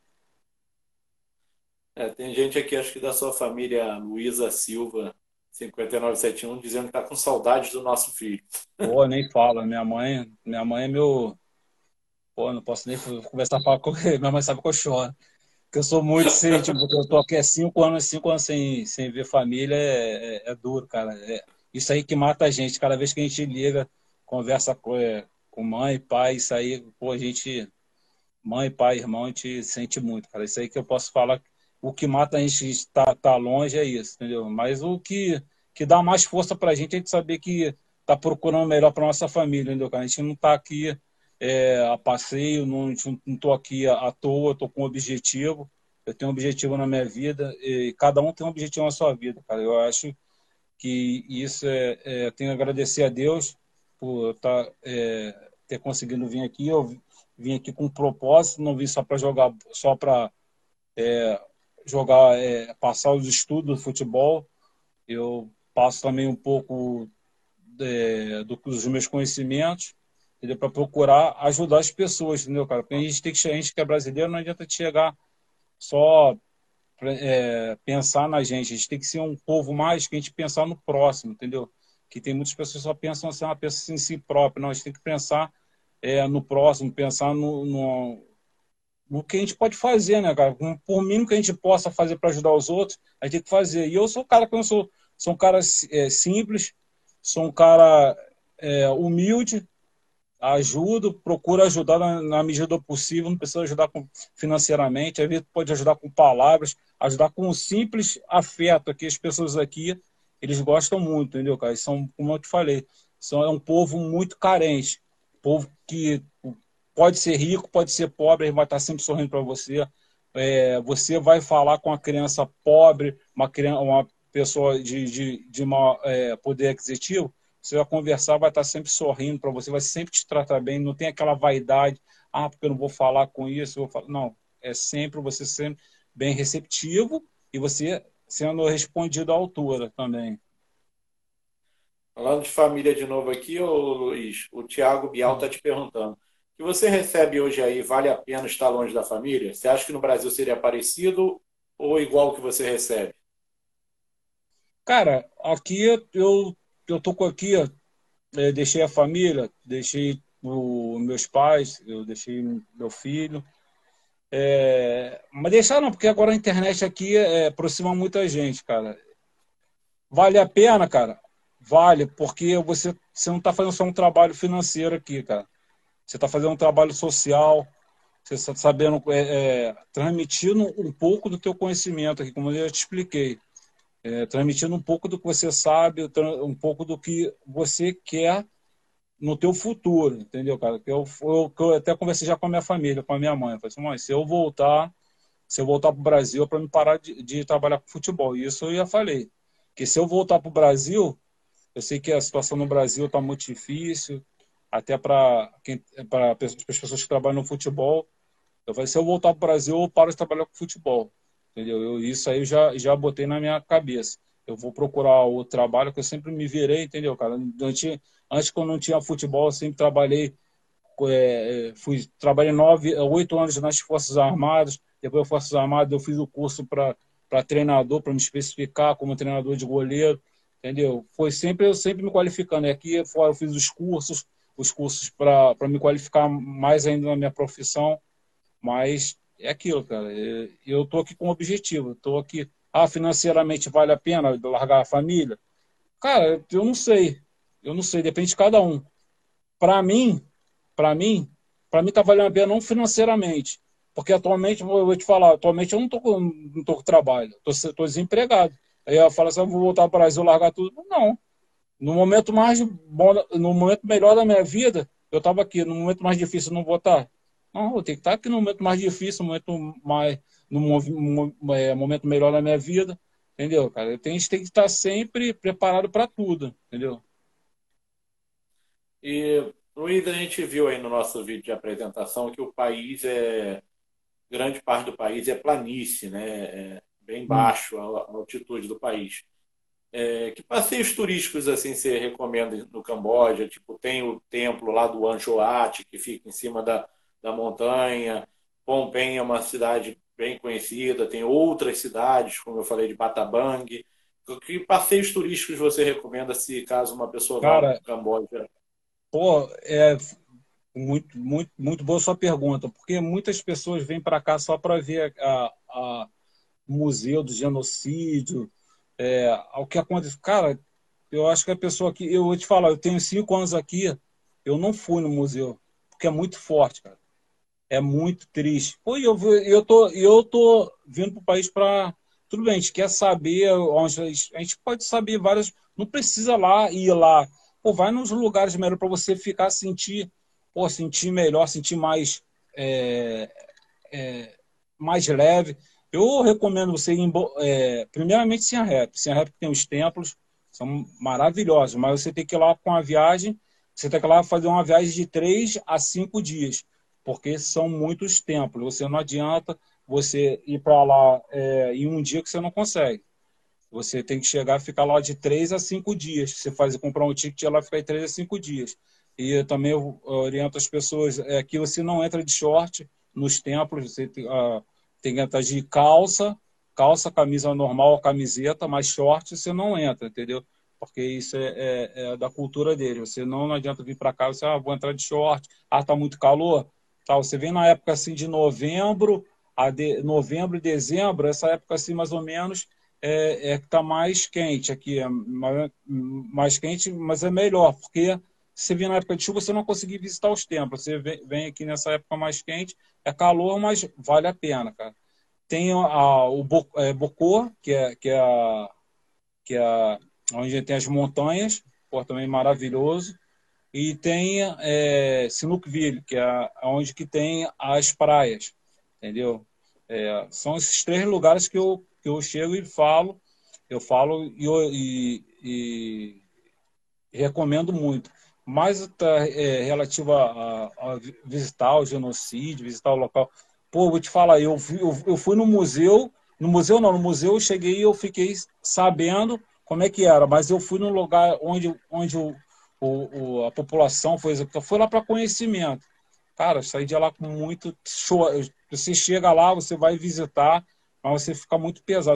Tem gente aqui, acho que da sua família, Luísa Silva, 5971, dizendo que está com saudades do nosso filho. Pô, nem fala. Minha mãe é meu. Pô, não posso nem conversar falar com ele. Minha mãe sabe que eu choro. Porque eu sou muito, assim, tipo, eu tô aqui há 5 anos sem ver família, é duro, cara. Isso aí que mata a gente. Cada vez que a gente liga, conversa com mãe, pai, isso aí, pô, a gente, mãe, pai, irmão, a gente sente muito, cara. Isso aí que eu posso falar. O que mata a gente tá longe é isso, entendeu? Mas que dá mais força pra gente é a gente saber que tá procurando o melhor pra nossa família, entendeu, cara? A gente não tá aqui a passeio, não tô aqui à toa, tô com um objetivo. Eu tenho um objetivo na minha vida e cada um tem um objetivo na sua vida, cara. Eu acho que isso tenho a agradecer a Deus por ter conseguido vir aqui. Eu vim aqui com um propósito, não vim só para jogar, só para jogar, passar os estudos do futebol. Eu passo também um pouco dos meus conhecimentos, entendeu? Para procurar ajudar as pessoas, entendeu, cara? Porque a gente que é brasileiro, não adianta chegar só pensar na gente. A gente tem que ser um povo mais que a gente pensar no próximo, entendeu? Que tem muitas pessoas que só pensam assim, uma pessoa em si própria. Não, a gente tem que pensar no próximo, pensar no que a gente pode fazer, né, cara? Por mínimo que a gente possa fazer para ajudar os outros, a gente tem que fazer. E eu sou um cara que eu sou um cara simples, sou um cara humilde, ajudo, procuro ajudar na medida do possível, não precisa ajudar financeiramente, às vezes pode ajudar com palavras, ajudar com um simples afeto, que as pessoas aqui, eles gostam muito, entendeu, cara? São, como eu te falei, é um povo muito carente, povo que pode ser rico, pode ser pobre, ele vai estar sempre sorrindo para você. Você vai falar com uma criança pobre, uma pessoa de maior poder aquisitivo, você vai conversar, vai estar sempre sorrindo para você, vai sempre te tratar bem, não tem aquela vaidade, porque eu não vou falar com isso, eu vou falar. Não, é sempre você sendo bem receptivo e você sendo respondido à altura também. Falando de família de novo aqui, ô Luiz, o Thiago Bial está te perguntando: o que você recebe hoje aí vale a pena estar longe da família? Você acha que no Brasil seria parecido ou igual o que você recebe? Cara, aqui eu tô aqui, deixei a família, deixei meus pais, eu deixei meu filho. Mas deixar não, porque agora a internet aqui aproxima muita gente, cara. Vale a pena, cara? Vale, porque você não está fazendo só um trabalho financeiro aqui, cara. Você está fazendo um trabalho social, você está sabendo, transmitindo um pouco do teu conhecimento aqui, como eu já te expliquei. Transmitindo um pouco do que você sabe, um pouco do que você quer no teu futuro, entendeu, cara? Que eu até conversei já com a minha família, com a minha mãe. Eu falei assim, mãe, se eu voltar para o Brasil é para me parar de trabalhar com futebol. E isso eu já falei. Que se eu voltar para o Brasil, eu sei que a situação no Brasil está muito difícil, até para as pessoas que trabalham no futebol. Eu falei, se eu voltar para o Brasil, eu paro de trabalhar com futebol. Entendeu? Isso aí eu já botei na minha cabeça. Eu vou procurar o trabalho que eu sempre me virei, entendeu, cara? Antes quando não tinha futebol, eu sempre trabalhei trabalhei 8 anos nas Forças Armadas, depois das Forças Armadas eu fiz o curso para treinador, para me especificar como treinador de goleiro, entendeu? Eu sempre me qualificando. E aqui fora eu fiz os cursos para me qualificar mais ainda na minha profissão, mas é aquilo, cara. Eu tô aqui com um objetivo, estou aqui, financeiramente vale a pena largar a família? Cara, eu não sei, depende de cada um. Para mim, para mim, para mim tá valendo a pena não financeiramente, porque atualmente, vou te falar, atualmente eu não tô com trabalho, tô desempregado. Aí eu falo assim, eu vou voltar para o Brasil, largar tudo. Não. No momento mais bom, no momento melhor da minha vida, eu estava aqui. No momento mais difícil, eu não vou estar. Não, eu tenho que estar aqui no momento mais difícil, no momento melhor da minha vida, entendeu, cara? A gente tem que estar sempre preparado para tudo, entendeu? E, Luiz, a gente viu aí no nosso vídeo de apresentação que o país grande parte do país é planície, né? É bem Hum. baixo a altitude do país. Que passeios turísticos assim você recomenda no Camboja? Tipo, tem o templo lá do Angkor Wat, que fica em cima da montanha. Phnom Penh é uma cidade bem conhecida. Tem outras cidades, como eu falei, de Batabang. Que passeios turísticos você recomenda se caso uma pessoa vá ao Cara, Camboja? pô, muito boa sua pergunta, porque muitas pessoas vêm para cá só para ver o museu do genocídio, o que acontece. Cara, eu acho que a pessoa aqui, eu vou te falar, eu tenho 5 anos aqui, eu não fui no museu, porque é muito forte, cara. É muito triste. Pô, eu tô vindo para o país para. Tudo bem, a gente quer saber onde. A gente pode saber várias. Não precisa ir lá. Pô, vai nos lugares melhor para você ficar, sentir melhor, sentir é, mais leve. Eu recomendo você ir, primeiramente, Siem Reap. Siem Reap tem os templos, são maravilhosos, mas você tem que ir lá com a viagem, você tem que ir lá fazer uma viagem de 3 a 5 dias, porque são muitos templos. Você não adianta você ir para lá em um dia que você não consegue. Você tem que chegar e ficar lá de 3 a 5 dias. Você comprar um ticket e lá ficar em 3 a 5 dias. E eu também oriento as pessoas que você não entra de short nos templos, você tem que entrar de calça, camisa normal, camiseta, mas short você não entra, entendeu? Porque isso é da cultura dele. Não adianta vir para cá, vou entrar de short, tá muito calor. Tá, você vem na época assim de novembro e dezembro, essa época assim mais ou menos que está mais quente aqui, mais quente, mas é melhor, porque se vir na época de chuva, você não conseguir visitar os templos. Você vem aqui nessa época mais quente, é calor, mas vale a pena, cara. Tem o Bocô, que é onde tem as montanhas, pô, também maravilhoso. E tem Sinukville, que é onde que tem as praias, entendeu? São esses 3 lugares que eu chego e falo e recomendo muito. Mas relativo a visitar o genocídio, visitar o local. Pô, eu vou te falar, eu fui no museu não, no museu eu cheguei e eu fiquei sabendo como é que era, mas eu fui num lugar onde a população foi executada, foi lá para conhecimento. Cara, eu saí de lá com muito choro. Você chega lá, você vai visitar, mas você fica muito pesado,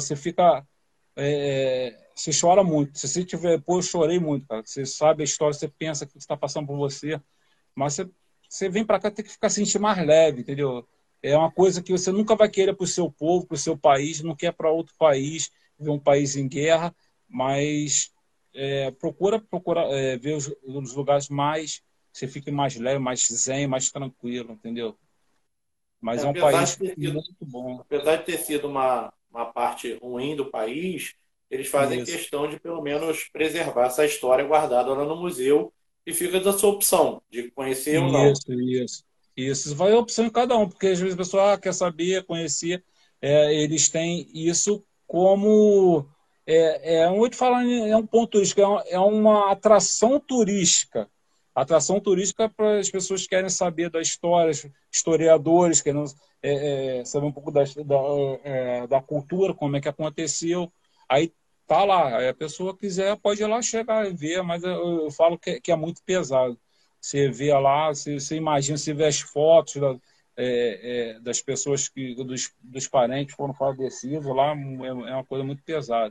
você chora muito. Se você tiver, pô, eu chorei muito, cara. Você sabe a história, você pensa que está passando por você, mas você vem para cá tem que ficar sentir mais leve, entendeu? É uma coisa que você nunca vai querer para o seu povo, para o seu país, não quer para outro país, ver um país em guerra, mas procura ver os lugares mais, você fique mais leve, mais zen, mais tranquilo, entendeu? Mas é um Apesar de país ter sido, muito bom. apesar de ter sido uma parte ruim do país, eles fazem Isso. questão de pelo menos preservar essa história guardada lá no museu e fica da sua opção de conhecer ou não. Isso. Isso vai a opção em cada um, porque às vezes a pessoa quer saber, conhecer, eles têm isso como eu vou te falar, é um ponto turístico, é uma atração turística. Atração turística para as pessoas que querem saber da história, historiadores, querem saber um pouco da cultura, como é que aconteceu. Aí tá lá, aí a pessoa quiser pode ir lá chegar e ver, mas eu falo que é muito pesado. você vê lá, você imagina, você vê as fotos das pessoas dos parentes que foram falecidos lá, é uma coisa muito pesada.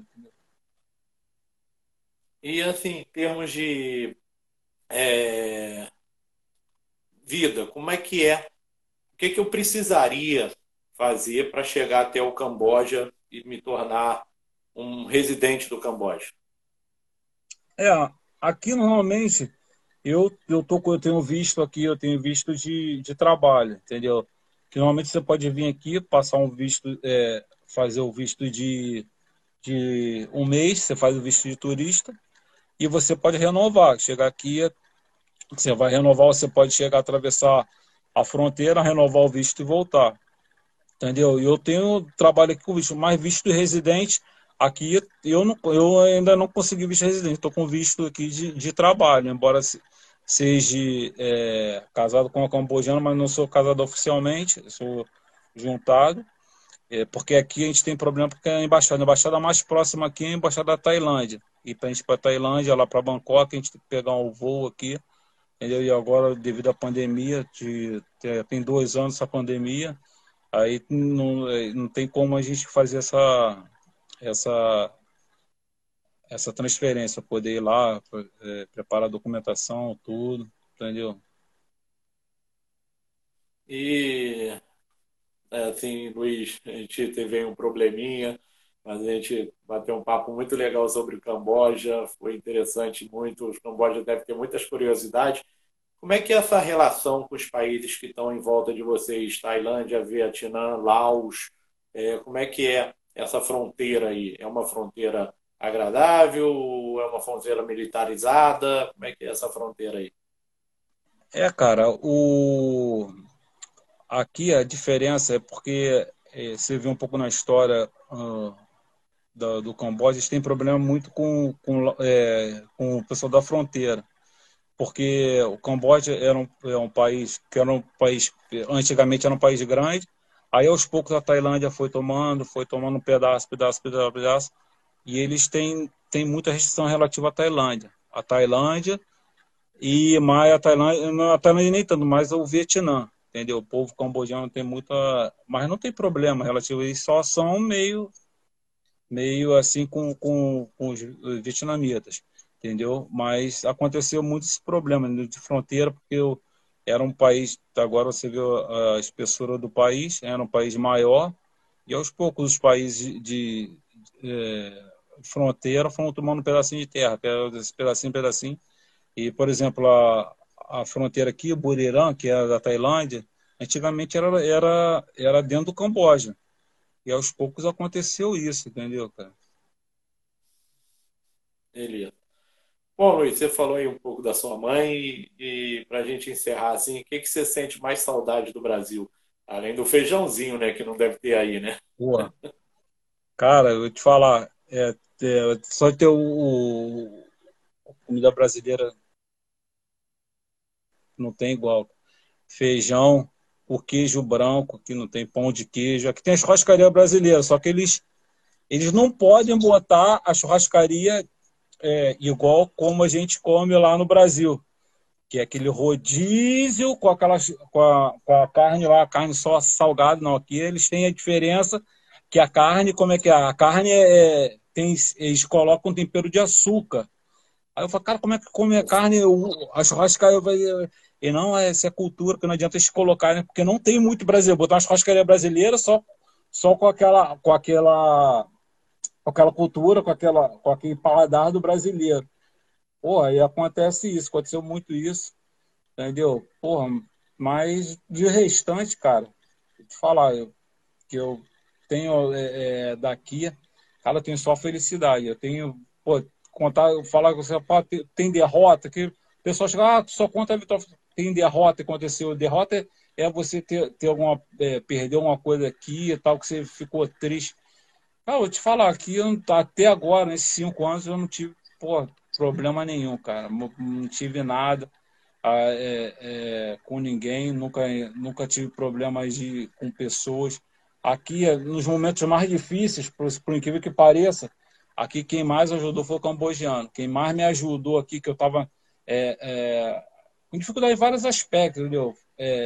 E assim, em termos de é, vida, como é que é? O que que eu precisaria fazer para chegar até o Camboja e me tornar um residente do Camboja? É, aqui normalmente eu tenho visto aqui, eu tenho visto de trabalho, entendeu? Que normalmente você pode vir aqui, passar um visto, fazer o visto de um mês, você faz o visto de turista e você pode renovar. Chegar aqui, você vai renovar, você pode chegar a atravessar a fronteira, renovar o visto e voltar. Entendeu? E eu tenho trabalho aqui com visto, mas visto de residente, aqui eu ainda não consegui visto de residente, estou com visto aqui de trabalho, embora seja casado com uma cambojana, mas não sou casado oficialmente, sou juntado, porque aqui a gente tem problema porque a embaixada mais próxima aqui é a embaixada da Tailândia. E para a gente ir para a Tailândia, lá para Bangkok, a gente tem que pegar um voo aqui, entendeu? E agora, devido à pandemia, tem 2 anos essa pandemia. Aí não tem como a gente fazer essa, essa transferência, poder ir lá, preparar a documentação, tudo, entendeu? E assim, Luiz, a gente teve aí um probleminha, mas a gente bateu um papo muito legal sobre o Camboja, foi interessante muito. O Camboja deve ter muitas curiosidades. Como é que é essa relação com os países que estão em volta de vocês? Tailândia, Vietnã, Laos. Como é que é essa fronteira aí? É uma fronteira agradável? É uma fronteira militarizada? Como é que é essa fronteira aí? Cara, aqui a diferença é porque você vê um pouco na história do Camboja, eles têm problema muito com o pessoal da fronteira. Porque o Camboja é um país que era um país, antigamente era um país grande, aí aos poucos a Tailândia foi tomando um pedaço, pedaço, pedaço, pedaço, e eles têm muita restrição relativa à Tailândia. A Tailândia e mais a Tailândia nem tanto, mas o Vietnã, entendeu? O povo cambojano tem muita, mas não tem problema relativo, eles só são meio assim com os vietnamitas, entendeu? Mas aconteceu muito esse problema de fronteira, porque era um país, agora você vê a espessura do país, era um país maior, e aos poucos os países fronteira foram tomando um pedacinho de terra, pedacinho, pedacinho. E, por exemplo, a fronteira aqui, o Buriram, que é da Tailândia, antigamente era dentro do Camboja. E aos poucos aconteceu isso, entendeu, cara? Beleza. Bom, Luiz, você falou aí um pouco da sua mãe e para a gente encerrar assim, o que que você sente mais saudade do Brasil? Além do feijãozinho, né, que não deve ter aí, né? Pô, cara, eu vou te falar, só ter a comida brasileira não tem igual. Feijão, o queijo branco, que não tem pão de queijo. Aqui tem a churrascaria brasileira, só que eles não podem botar a churrascaria igual como a gente come lá no Brasil, que é aquele rodízio com a carne lá, a carne só salgada. Não, aqui eles têm a diferença que a carne, como é que é? A carne eles colocam um tempero de açúcar. Aí eu falo, cara, como é que come a carne? A churrascaria vai. E não, essa é cultura, que não adianta eles colocarem, porque não tem muito brasileiro. Botar uma churrascaria brasileira só com aquela cultura, com aquele paladar do brasileiro. Pô, aí acontece isso, aconteceu muito isso, entendeu? Porra, mas de restante, cara, vou te falar, que eu tenho daqui, cara, eu tenho só felicidade. Eu tenho, pô, contar, falar com você, pô, tem derrota, que o pessoal chega, tu só conta a vitória. Tem derrota, aconteceu. Derrota é você ter perder alguma coisa aqui e tal, que você ficou triste. Cara, eu vou te falar, aqui até agora, nesses 5 anos, eu não tive, pô, problema nenhum, cara. Não tive nada com ninguém, nunca tive problemas com pessoas. Aqui, nos momentos mais difíceis, por incrível que pareça, aqui quem mais ajudou foi o cambojano. Quem mais me ajudou aqui, que eu estava com dificuldade em vários aspectos, entendeu?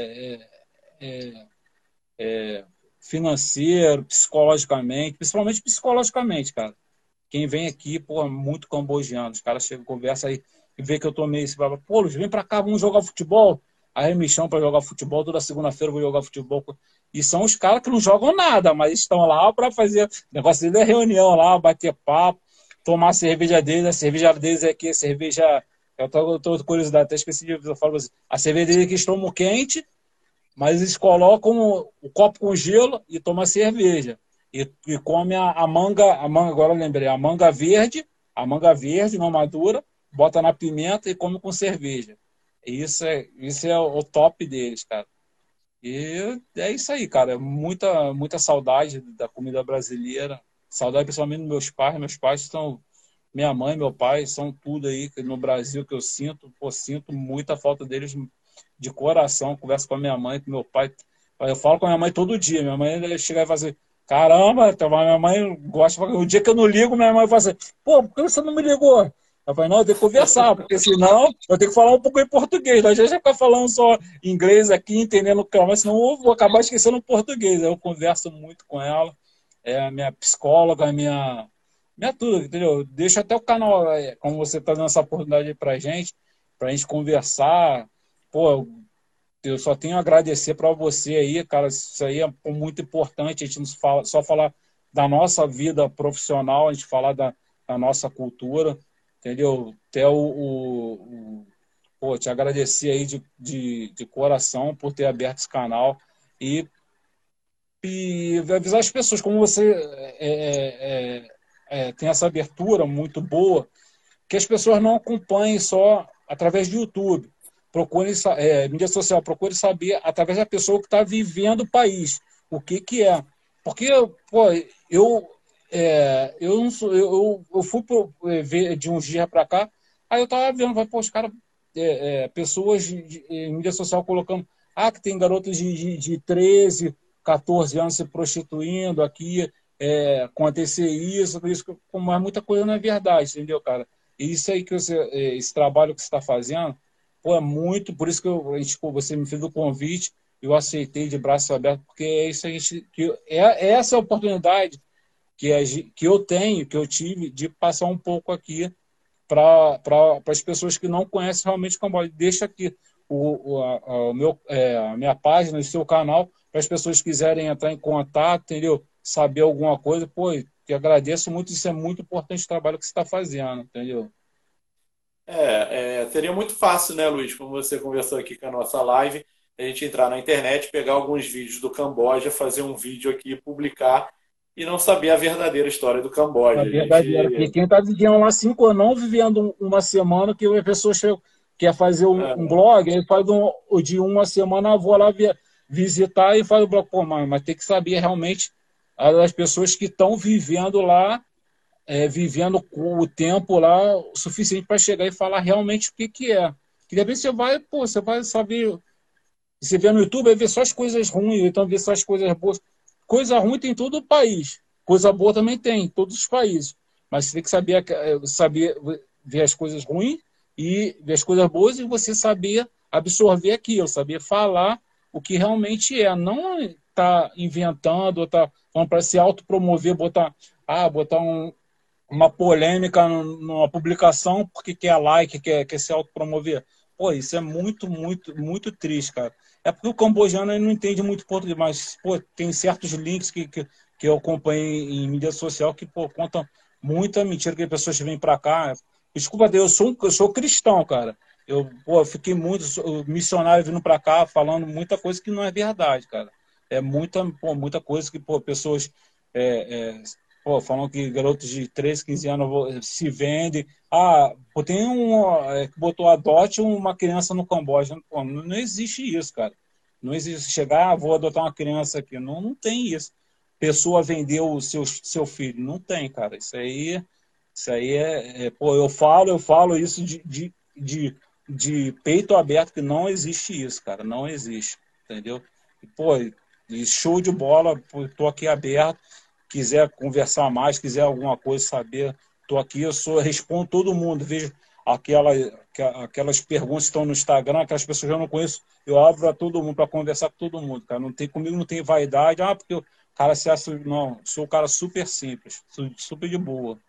Financeiro, psicologicamente, principalmente psicologicamente, cara. Quem vem aqui, pô, é muito cambogiano. Os caras chegam, conversam aí e vê que eu tô meio esse papo. Pô, Luiz, vem pra cá, vamos jogar futebol. Aí me chamam pra jogar futebol, toda segunda-feira eu vou jogar futebol. E são os caras que não jogam nada, mas estão lá pra fazer. O negócio deles é reunião lá, bater papo, tomar a cerveja deles. A cerveja deles é aqui, a cerveja. Eu tô curiosidade, até esqueci de eu falo assim. A cerveja deles é que estão quente, mas eles colocam o copo com gelo e tomam cerveja. E come a manga, agora eu lembrei, a manga verde não madura, bota na pimenta e come com cerveja. Isso é o top deles, cara. E é isso aí, cara. Muita saudade da comida brasileira. Saudade principalmente dos meus pais. Meus pais são. Minha mãe, meu pai, são tudo aí no Brasil que eu sinto. Pô, sinto muita falta deles de coração. Converso com a minha mãe, com meu pai. Eu falo com a minha mãe todo dia. Minha mãe chega e fala assim: caramba, minha mãe gosta. O dia que eu não ligo, minha mãe fala assim: pô, por que você não me ligou? Eu falei: não, eu tenho que conversar, porque senão eu tenho que falar um pouco em português. Não adianta ficar falando só inglês aqui, entendendo o que, mas senão eu vou acabar esquecendo o português. Eu converso muito com ela. É a minha psicóloga, minha tudo, entendeu? Deixa até o canal, como você está dando essa oportunidade pra gente conversar. Pô, eu só tenho a agradecer para você aí, cara. Isso aí é muito importante. A gente não fala, só falar da nossa vida profissional, a gente falar da nossa cultura, entendeu? Até pô, te agradecer aí de coração por ter aberto esse canal e, e avisar as pessoas como você tem essa abertura muito boa, que as pessoas não acompanhem só através do YouTube. Procure, mídia social, procure saber através da pessoa que está vivendo o país, o que que é. Porque, pô, eu não sou, eu fui ver de uns dias para cá, aí eu tava vendo, vai, pô, os caras, pessoas em mídia social colocando, que tem garotos de 13, 14 anos se prostituindo aqui, acontecer isso, mas muita coisa não é verdade, entendeu, cara? E isso aí esse trabalho que você está fazendo, pô, é muito, por isso que você me fez o convite, eu aceitei de braços abertos, porque é isso essa é a oportunidade que eu tenho, que eu tive, de passar um pouco aqui para as pessoas que não conhecem realmente o Camboja. Deixa aqui a minha página, o seu canal, para as pessoas que quiserem entrar em contato, entendeu? Saber alguma coisa, pô, te agradeço muito, isso é muito importante o trabalho que você está fazendo, entendeu? Seria muito fácil, né, Luiz, como você conversou aqui com a nossa live, a gente entrar na internet, pegar alguns vídeos do Camboja, fazer um vídeo aqui, publicar e não saber a verdadeira história do É Camboja. A verdadeiro, porque gente. quem está vivendo lá 5 anos, não vivendo uma semana, que a pessoa quer fazer um É, blog, aí faz de uma semana, eu vou lá visitar e faz o blog. Pô, mas tem que saber realmente as pessoas que estão vivendo lá, vivendo com o tempo lá o suficiente para chegar e falar realmente o que, que é. Que de repente você vai saber. Você vê no YouTube, vai ver só as coisas ruins, então vê só as coisas boas. Coisa ruim tem em todo o país. Coisa boa também tem em todos os países. Mas você tem que saber ver as coisas ruins e ver as coisas boas e você saber absorver aquilo, saber falar o que realmente é. Não estar inventando, ou tá falando para se autopromover, botar uma polêmica numa publicação porque quer like, quer se autopromover. Pô, isso é muito, muito, muito triste, cara. É porque o cambojano ele não entende muito português, mas pô, tem certos links que eu acompanhei em mídia social que pô, contam muita mentira que as pessoas vêm para cá. Desculpa, eu sou cristão, cara. Eu fiquei muito missionário vindo para cá falando muita coisa que não é verdade, cara. É muita coisa que pô, pessoas pô, falam que garotos de 13, 15 anos se vendem. Pô, tem que botou adote uma criança no Camboja. Pô, não existe isso, cara. Não existe chegar, vou adotar uma criança aqui. Não, não tem isso. Pessoa vendeu o seu filho. Não tem, cara. Isso aí pô, eu falo isso de peito aberto, que não existe isso, cara. Não existe. Entendeu? E, pô, e show de bola, pô, tô aqui aberto. Quiser conversar mais, quiser alguma coisa saber, estou aqui, respondo todo mundo. Vejo aquela, aquelas perguntas que estão no Instagram, aquelas pessoas que eu não conheço, eu abro para todo mundo, para conversar com todo mundo, cara. Não tem, comigo não tem vaidade, porque o cara se acha. Não, sou um cara super simples, super de boa.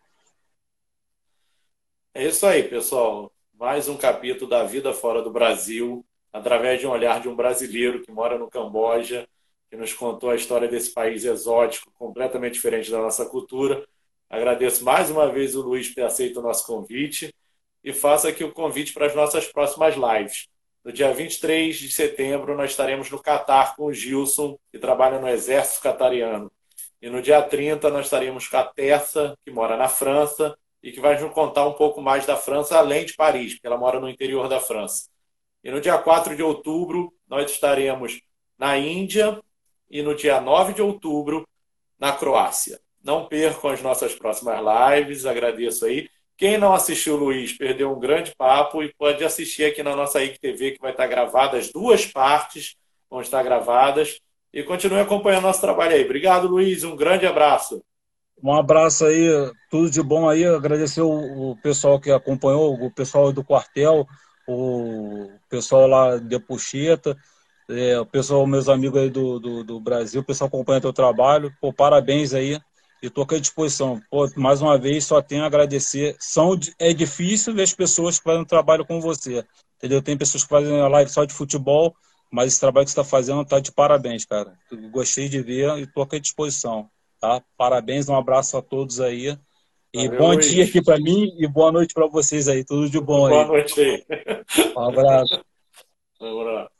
É isso aí, pessoal. Mais um capítulo da vida fora do Brasil, através de um olhar de um brasileiro que mora no Camboja, que nos contou a história desse país exótico, completamente diferente da nossa cultura. Agradeço mais uma vez o Luiz por ter aceito o nosso convite e faço aqui o convite para as nossas próximas lives. No dia 23 de setembro, nós estaremos no Catar com o Gilson, que trabalha no Exército Catariano. E no dia 30, nós estaremos com a Tessa, que mora na França, e que vai nos contar um pouco mais da França, além de Paris, porque ela mora no interior da França. E no dia 4 de outubro, nós estaremos na Índia e no dia 9 de outubro, na Croácia. Não percam as nossas próximas lives, agradeço aí. Quem não assistiu o Luiz, perdeu um grande papo e pode assistir aqui na nossa IGTV, que vai estar gravada, as duas partes vão estar gravadas. E continue acompanhando nosso trabalho aí. Obrigado, Luiz. Um grande abraço. Um abraço aí, tudo de bom aí. Agradecer o pessoal que acompanhou, o pessoal do quartel, o pessoal lá de Puxeta, o pessoal, meus amigos aí do Brasil, o pessoal que acompanha teu trabalho. Pô, parabéns aí. E estou aqui à disposição. Pô, mais uma vez, só tenho a agradecer. É difícil ver as pessoas que fazem um trabalho com você. Entendeu? Tem pessoas que fazem a live só de futebol, mas esse trabalho que você está fazendo está de parabéns, cara. Eu gostei de ver e estou aqui à disposição. Tá? Parabéns, um abraço a todos aí. E Valeu, bom dia Luiz. aqui para mim e boa noite para vocês aí. Tudo de bom Boa aí. noite aí. Um abraço. Um abraço.